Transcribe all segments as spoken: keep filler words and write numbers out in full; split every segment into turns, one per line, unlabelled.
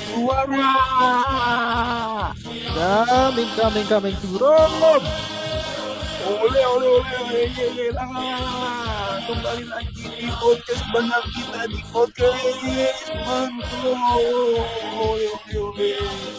Suara.
Coming, coming, coming to Rome.
Oleh, oleh, oleh, oleh, lah. Kembali lagi di podcast banyak kita di podcast Mantro. Oleh, oleh, oleh.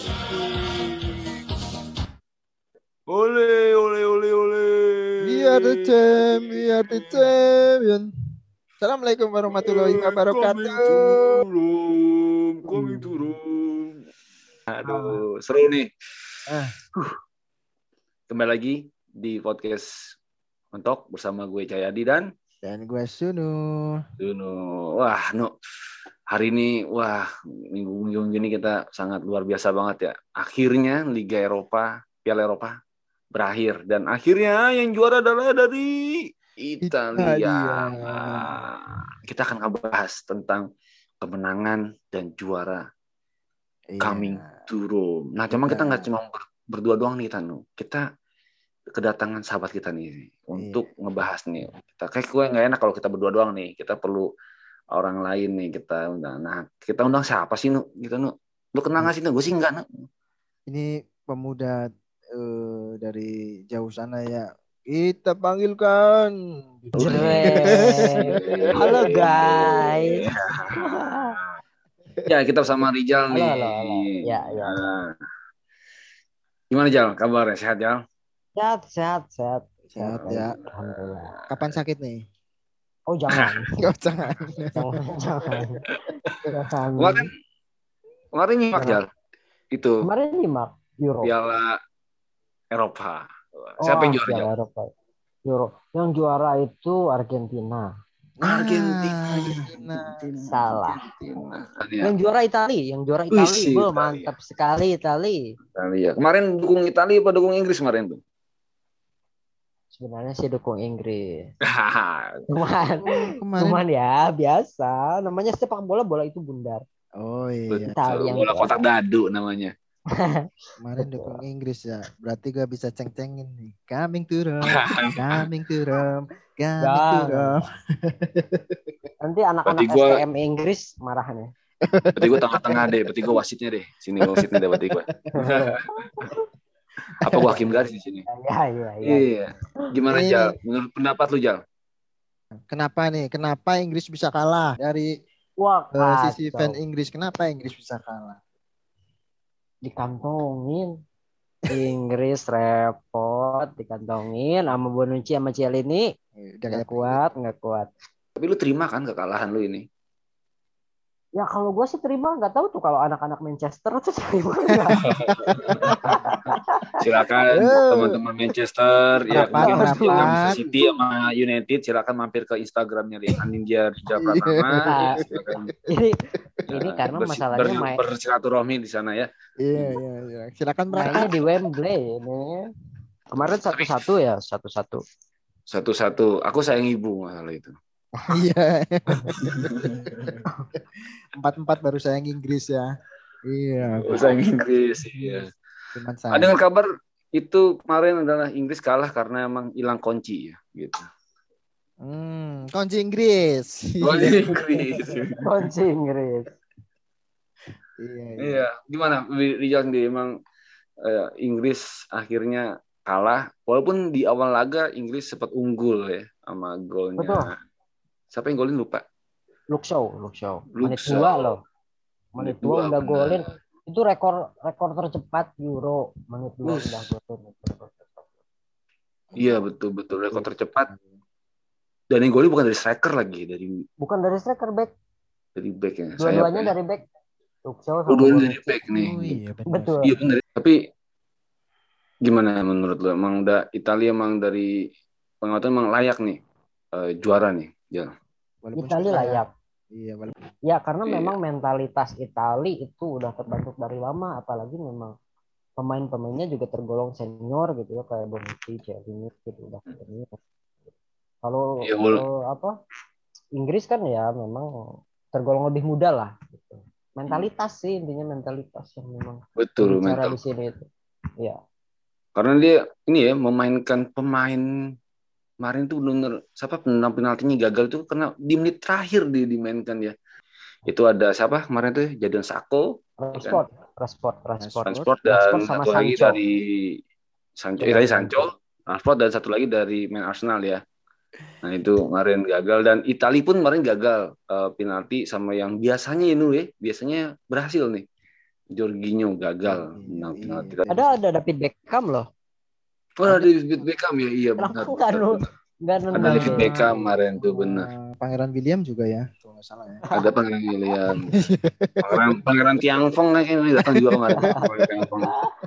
Oleh, oleh, oleh, oleh.
We are the champ, we are the champion. Assalamualaikum warahmatullahi wabarakatuh.
Coming to Rome, coming to Rome. Aduh, seru nih.
Ah.
Huh. Kembali lagi di podcast Mentok bersama gue Cahyadi dan
Dan gue Sunu.
Sunu. Wah, no. Hari ini, wah, minggu-minggu ini kita sangat luar biasa banget ya. Akhirnya Liga Eropa, Piala Eropa berakhir. Dan akhirnya yang juara adalah dari Italia.
Italia.
Kita akan ngebahas tentang kemenangan dan juara
Iya.
coming to Rome. Nah, cuman kita nggak cuma ber- berdua doang nih, Tanu. Kita kedatangan sahabat kita nih untuk
Iya.
ngebahas nih. Kita kayak gue nggak enak kalau kita berdua doang nih. Kita perlu orang lain nih kita undang. Nah, kita undang siapa sih, Nu? Gitu, Nu. Lu kenal nggak sih, Nu? Gue sih enggak, Nu.
Ini pemuda uh, dari jauh sana ya. Kita panggilkan.
Halo guys.
Ya, kita bersama Rijal nih.
Halo, halo, halo. Ya, ya.
Nah. Gimana, Jal? Kabarnya sehat, Jal?
Sehat, sehat, sehat.
Sehat ya.
Alhamdulillah.
Kapan sakit nih?
Oh jangan,
Oh, jangan.
jangan, jangan. Jangan.
Kemarin, kemarin nyimak, Jal. Itu
Kemarin nyimak Euro.
Piala Eropa.
Oh,
Siapa yang juara, Jal?
Piala Eropa. Euro. Yang juara itu Argentina.
Argentina.
Argentina.
Salah.
Argentina. Ya.
Yang juara Italia, yang juara
Wih,
Italia.
si
Be,
Italia.
mantap sekali Italia.
Italia. Kemarin dukung Italia apa dukung Inggris kemarin tuh?
Sebenarnya sih dukung Inggris.
Oh,
Cuman,
kemarin.
cuman ya biasa. Namanya sepak bola, bola itu bundar.
Oh iya.
Italia yang
Bola kotak dadu namanya.
Kemarin dukung Inggris ya. Berarti gue bisa ceng-cengin nih. Coming to Rome. Coming to Rome. Coming to
Jangan.
Rome.
Nanti anak-anak
Berarti gua-
S T M Inggris marah nih.
Berarti gue tengah-tengah deh. Berarti gue wasitnya deh. Sini wasitnya deh berarti gue. Apa gue hakim garis di sini?
Ya, ya, ya.
Iya. Gimana,
Ini-
Jal? Menurut pendapat lu, Jal?
Kenapa nih? Kenapa Inggris bisa kalah dari
Wah,
uh, sisi
kacau.
fan Inggris? Kenapa Inggris bisa kalah?
Dikantongin. Inggris repot, dikantongin sama Bonucci sama Cielini.
Udah
Nggak
kayak
kuat, nggak kuat.
Tapi lu terima kan kekalahan lu ini?
Ya kalau gue sih terima, nggak tahu tuh kalau anak-anak Manchester tuh terima nggak?
Silakan
Eh.
teman-teman Manchester ya
Harapan,
mungkin
harapan.
Manchester City sama United silakan mampir ke Instagramnya di Anindya Rijal Pratama.
Iya.
Ya, silakan.
ini ini
Ya,
karena
bersi-
masalahnya
ber-
main,
bersilaturahmi di sana ya.
Iya, iya, iya. Silakan
mainnya
berangkat.
di Wembley ini. Kemarin satu-satu ya, satu-satu.
Satu-satu. Aku sayang ibu masalah itu.
Iya. Empat-empat baru sayang Inggris ya. Iya.
Aku sayang Inggris. Iya.
Cuman
Ada
sayang.
dengar kabar itu kemarin adalah Inggris kalah karena emang hilang kunci ya gitu.
Hmm, kunci Inggris.
Kunci Inggris.
Kunci Inggris.
Iya, iya.
Iya, gimana Rijal sendiri emang eh, Inggris akhirnya kalah walaupun di awal laga Inggris sempat unggul ya sama golnya.
Betul.
Siapa yang golin lupa?
Luke Shaw, Luke Shaw.
Luke
Menit
Shaw.
dua loh. Menit
Menit
dua
dua,
udah
benar.
golin. Itu rekor rekor tercepat Euro. Menit dua
Us.
udah golin.
Iya betul betul rekor tercepat. Dan yang golin bukan dari striker lagi dari
Bukan dari striker back,
dari back ya.
dua-duanya
Sayap ya.
dari back. Luke Shaw sama
Dua-duanya
Bonucci.
dari back nih.
Oh iya, benar.
Betul.
Iya benar. Tapi gimana menurut lo? Emang udah Italia emang dari pengamatan emang layak nih eh, juara nih. Ya.
Walaupun
Italia
susah ya.
layak.
Iya, walaupun
Ya karena
Iya.
memang mentalitas Italia itu udah terbentuk dari lama, apalagi memang pemain-pemainnya juga tergolong senior gitu ya, kayak Bonucci, Chiellini gitu udah senior. Kalau
Iya, wal-
eh, apa Inggris kan ya memang tergolong lebih muda lah. Gitu. Mentalitas sih intinya, mentalitas yang memang
betul
bicara
mental.
di sini itu. Ya.
Karena dia ini ya memainkan pemain kemarin tuh benar siapa penendang penaltinya gagal tuh karena di menit terakhir dia dimainkan ya. Itu ada siapa kemarin tuh? Jadon Sancho,
Rashford, Rashford, Rashford,
Rashford dan
Rashford sama
satu lagi
Sancho.
dari Sancho, eh, tadi Sancho, Rashford dan satu lagi dari main Arsenal ya. Nah itu kemarin gagal dan Italia pun kemarin gagal uh, penalti sama yang biasanya ini ya, biasanya berhasil nih. Jorginho gagal menang penalti.
Ada ada David Beckham loh.
Oh, ada David Beckham ya, iya benar.
Kenapa nggak nu- nggak
Ada
nendang
David
deh?
Beckham kemarin tuh benar.
Pangeran William juga ya, kalau nggak salah ya.
Ada Pangeran William. Pangeran Pangeran Tiangfong kayaknya datang juga kemarin. Pangeran Tiangfong.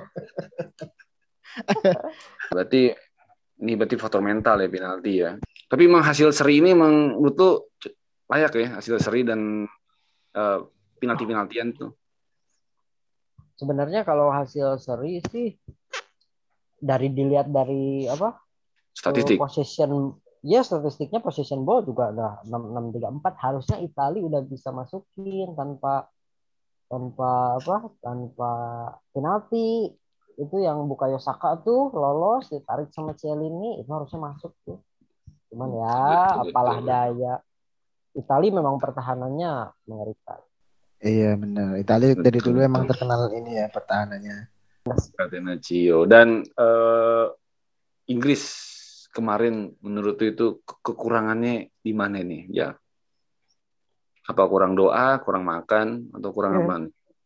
Berarti ini berarti faktor mental ya penalti ya. Tapi memang hasil seri ini memang menurut lu layak ya hasil seri dan uh, penalti-penaltian tuh.
Sebenarnya kalau hasil seri sih dari dilihat dari apa?
Statistik.
Uh, possession, ya statistiknya possession ball juga ada enam enam tiga empat. Harusnya Italia udah bisa masukin tanpa tanpa apa? Tanpa penalti. Itu yang Bukayo Saka tuh lolos ditarik sama Chiellini itu harusnya masuk tuh. Cuman ya betul, apalah betul. Daya. Italia memang pertahanannya mengerikan.
Iya benar. Italia dari dulu emang terkenal ini ya pertahanannya.
Catenaccio dan uh, Inggris kemarin menurut itu ke- kekurangannya di mana nih? Ya. Apa kurang doa, kurang makan atau kurang
hmm.
apa?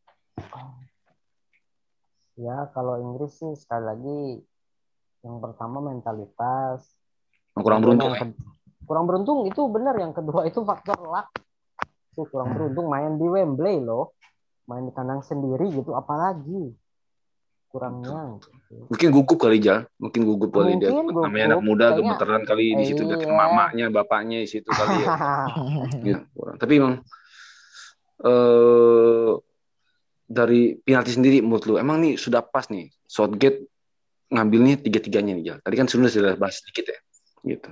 Ya kalau Inggris sih sekali lagi yang pertama mentalitas.
Kurang beruntung.
Yang ke- kurang beruntung itu benar. Yang kedua itu faktor luck. Itu kurang beruntung main di Wembley loh, main di kandang sendiri gitu, apalagi kurangnya.
Mungkin gugup kali Jal, mungkin gugup kali dia. Namanya anak muda kayaknya, gemeteran kali di situ lihat iya. Emak-emaknya, bapaknya di situ kali ya. Gitu. Tapi emang eh, dari penalti sendiri menurut lu, emang nih sudah pas nih Southgate ngambilnya tiga-tiganya nih Jal. Tadi kan sudah sudah bahas sedikit ya, gitu.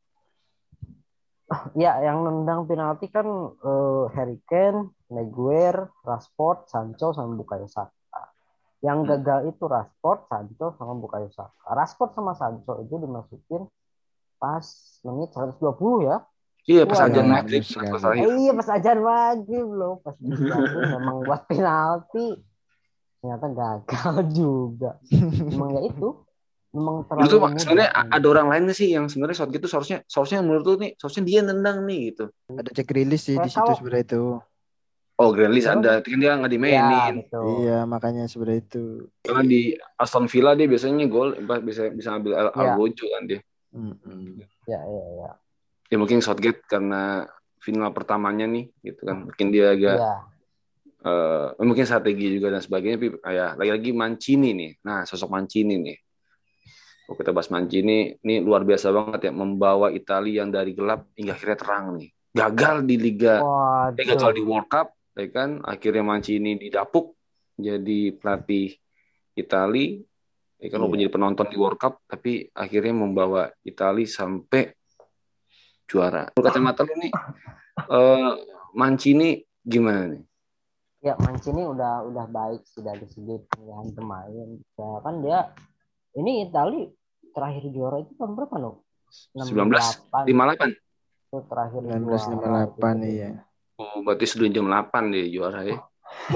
Ya, yang nendang penalti kan uh, Harry Kane, Maguire, Rashford, Sancho sama Bukayo Saka. Yang gagal hmm. itu Rashford, Sancho sama Bukayo Saka. Rashford sama Sancho itu dimasukin pas menit seratus dua puluh ya.
Iya, pas ajan maghrib.
Iya, pas ajan maghrib loh, pas dijatuhin memang buat penalti. Ternyata gagal juga. Memang ya itu. Memang terlalu
itu sebenarnya ada orang lain sih yang sebenarnya Southgate itu seharusnya seharusnya menurut tuh nih seharusnya dia nendang nih gitu.
Ada cek rilis sih nah, di situ kalau... sebenarnya itu.
Oh, Grealish ada, kan dia nggak dimainin.
Ya, iya, makanya sebenarnya itu.
Karena di Aston Villa dia biasanya gol bisa bisa ambil ya. Algojo kan dia.
Mm-hmm. Ya, ya, ya.
Ya mungkin Southgate karena final pertamanya nih gitu kan. Mungkin dia agak ya. uh, mungkin strategi juga dan sebagainya tapi ya lagi-lagi Mancini nih. Nah, sosok Mancini nih. Kalau kita bahas Mancini, ini luar biasa banget ya, membawa Italia yang dari gelap hingga akhirnya terang nih. Gagal di Liga, eh, gagal di World Cup, ya kan? Akhirnya Mancini didapuk jadi pelatih Italia, ya kan? Walaupun yeah. jadi penonton di World Cup, tapi akhirnya membawa Italia sampai juara. Kacamata lu nih, uh, Mancini gimana nih?
Ya Mancini udah udah baik sih dari segi pemilihan pemain. Ya, kan dia ini Italia terakhir juara itu tahun berapa loh?
sembilan belas lima puluh delapan
Itu terakhir
sembilan belas lima puluh delapan iya.
Oh, berarti sudah jam delapan deh juara ya.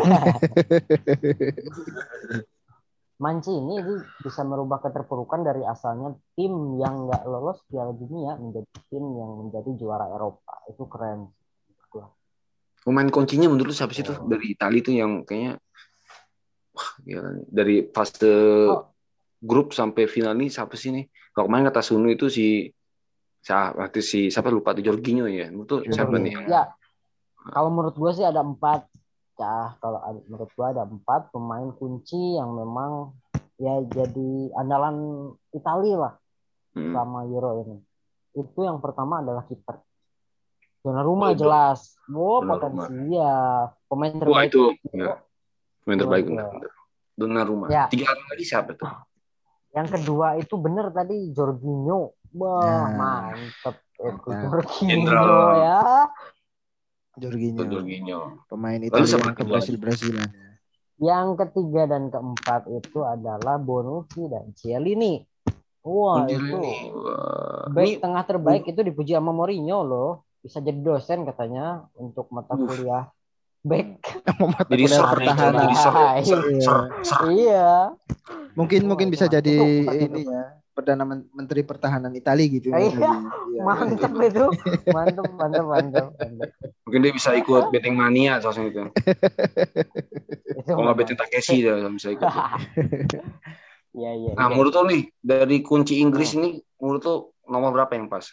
Mancini ini bisa merubah keterpurukan dari asalnya tim yang nggak lolos Piala Dunia menjadi tim yang menjadi juara Eropa. Itu keren.
Pemain kuncinya menurut lu siapa sih tuh oh. dari Italia itu yang kayaknya wah gila. Dari fase oh. grup sampai final ini siapa sih nih? Kalau kemarin kata Sunu itu si waktu si siapa lupa tuh Jorginho ya. Menurut siapa nih?
Ya. Kalau menurut gue sih ada empat. Ya, kalau menurut gue ada empat pemain kunci yang memang ya jadi andalan Italia lah hmm. sama Euro ini. Itu yang pertama adalah kiper. Donnarumma oh, jelas. Wow, potensial. Pemain terbaik.
Wah, itu ya. Pemain terbaik benar. Donnarumma. Ya. Tiga orang lagi siapa tuh?
Yang kedua itu bener tadi Jorginho. Wah, nah, mantep itu Jorginho ya.
Jorginho.
Jorginho.
Pemain itu yang ke Brasil-Brasilan.
Yang ketiga dan keempat itu adalah Bonucci dan Chiellini. Wah, Chiellini. Itu back ini... tengah terbaik uh. itu dipuji sama Mourinho loh. Bisa jadi dosen katanya untuk mata kuliah back.
Jadi ser nih,
pertahanan.
jadi ser,
Ah,
ser,
iya.
ser, ser.
Iya.
Mungkin
Oh,
mungkin bisa
itu
jadi
mantap
ini
itu.
ya, Perdana Men- Menteri Pertahanan Italia gitu.
Iya,
Iya,
mantap itu. Mantap, mantap, mantap, mantap.
Mungkin dia bisa ikut betting mania soalnya itu.
Itu
Kalau nggak
memang.
betting Takeshi dia bisa ikut.
Iya, iya.
Nah,
iya.
menurut lo nih dari kunci Inggris ini, menurut lo nomor berapa yang pas?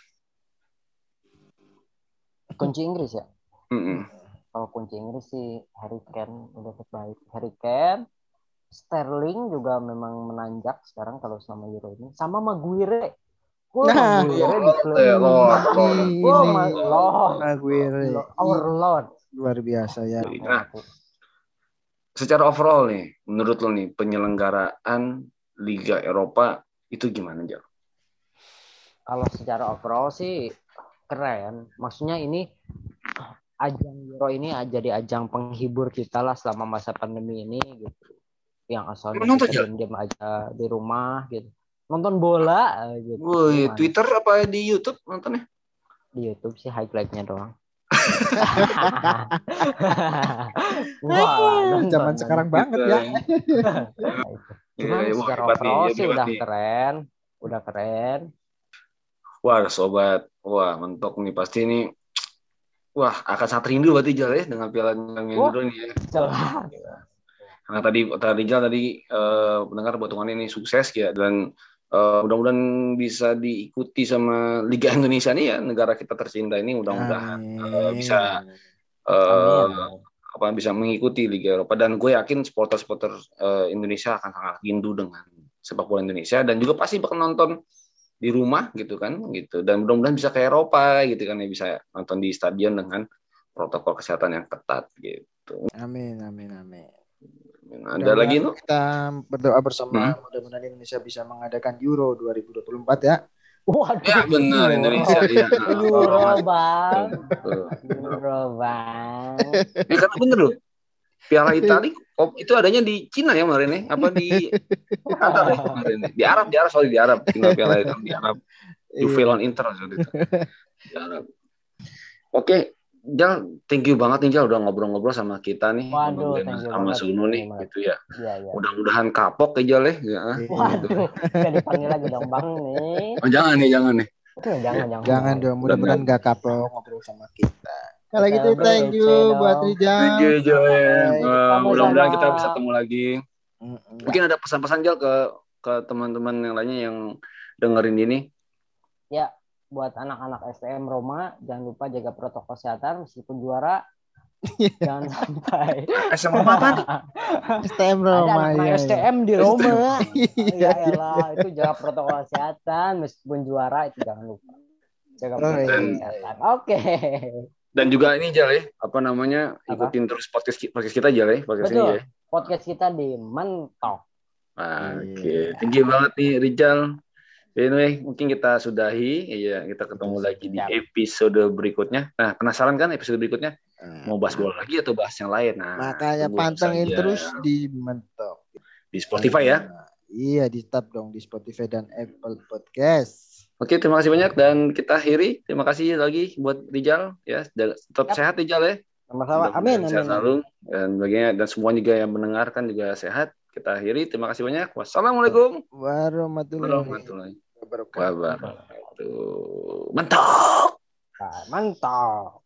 Kunci Inggris ya.
Mm-mm.
Kalau kunci Inggris sih Harry Kane udah terbaik. Harry Kane, Sterling juga memang menanjak sekarang kalau selama Euro ini. Sama Maguire. Wah,
Nah,
Maguire di klub.
Eh, Lord, Lord.
ini
Wah,
ini
Ma- Lord.
Aguero.
Lord. Our Lord.
Luar biasa ya.
Nah, secara overall nih, menurut lo nih penyelenggaraan Liga Eropa itu gimana, Jal?
Kalau secara overall sih keren. Maksudnya ini ajang Euro ini jadi ajang penghibur kita lah selama masa pandemi ini gitu. Yang asalnya
Nonton,
kita
Jal?
diam-diam aja di rumah gitu. Nonton bola gitu.
Woi,
Gimana?
Twitter apa di YouTube nontonnya?
Di YouTube sih highlight-nya doang. Enggak lah, nonton,
Zaman
nonton.
sekarang banget ya.
Cuman
Iya, wah,
secara
hebat nih,
overall
iya,
sih
hebat
udah
nih.
keren, udah keren.
Wah, sobat, wah mentok nih pasti ini. Wah, akan sangat rindu berarti Jal ya dengan Piala yang
Wah.
dulu ini ya.
Jelas.
Karena tadi tadi Jal tadi eh, pendengar potongan ini sukses ya dan eh, mudah-mudahan bisa diikuti sama Liga Indonesia nih ya, negara kita tercinta ini mudah-mudahan eh, bisa eh,
Amin.
apa bisa mengikuti Liga Eropa dan gue yakin supporter-supporter eh, Indonesia akan sangat rindu dengan sepak bola Indonesia dan juga pasti bakal nonton di rumah gitu kan gitu dan mudah-mudahan bisa ke Eropa gitu kan ya bisa nonton di stadion dengan protokol kesehatan yang ketat gitu.
Amin, amin, amin.
Ada lagi lu?
Kita berdoa bersama
Hmm?
mudah-mudahan Indonesia bisa mengadakan Euro dua ribu dua puluh empat ya.
Waduh.
Ya benar Indonesia ya.
Euro bang.
Betul.
Euro bang.
Ya karena bener loh. Piala Italia oh, itu adanya di Cina ya kemarin ya? Apa di Qatar ya kemarin? Di Arab, di Arab soalnya di Arab. Final Piala Italia di Arab. Juve lawan Inter waktu itu. Di Arab. Oke, Jal, thank you banget nih Jal udah ngobrol-ngobrol sama kita nih.
Waduh,
Ngobrolin
thank you
sama
banget.
Sunu nih
Terima
gitu ya.
Iya, iya.
Mudah-mudahan kapok ya Jal ya. Ya,
Waduh, saya dipanggil lagi dong bang nih.
Oh, jangan nih, jangan nih.
Jangan, jangan.
Jangan dong, mudah-mudahan gak kapok ngobrol sama kita. Kalau
Kita
gitu thank you
berdua
buat
dong.
Rijal.
Thank you Jal. ya. Eh,
Sama-sama.
mudah-mudahan kita bisa ketemu lagi.
Mm-mm.
Mungkin ada pesan-pesan Jal ke ke teman-teman yang lainnya yang dengerin ini.
Ya, buat anak-anak S T M Roma, jangan lupa jaga protokol kesehatan meskipun juara. Jangan sampai.
S M Roma apa?
S T M
Ada
Roma
anak-anak
ya.
S T M di Roma.
Iya,
Ya elah, itu jaga protokol kesehatan meskipun juara itu jangan lupa. Jaga
Oh,
protokol
iya.
kesehatan. Oke.
Dan juga ini Jal ya, apa namanya?
Apa?
Ikutin terus podcast podcast kita Jal ya, podcast ini
Betul.
ya.
Podcast kita di Mentok.
Oke, tinggi banget nih Rijal. Anyway, mungkin kita sudahi. Iya, kita ketemu lagi di
Siap.
episode berikutnya. Nah, penasaran kan episode berikutnya? Mau bahas bola lagi atau bahas yang lain? Nah,
Makanya
tunggu
pantengin
saja.
terus di Mentok.
Di Spotify ya.
Iya, di tab dong di Spotify dan Apple Podcast.
Oke, terima kasih banyak dan kita akhiri. Terima kasih lagi buat Rijal ya. Tetap
Yap.
sehat Rijal ya.
Sama-sama.
Mudah-mudahan
Amin,
sehat
amin.
selalu dan bagian dan semua juga yang mendengarkan juga sehat. Kita akhiri. Terima kasih banyak. Wassalamualaikum
Warahmatullahi
warahmatullahi
wabarakatuh.
wabarakatuh. Mantap.
Mantap.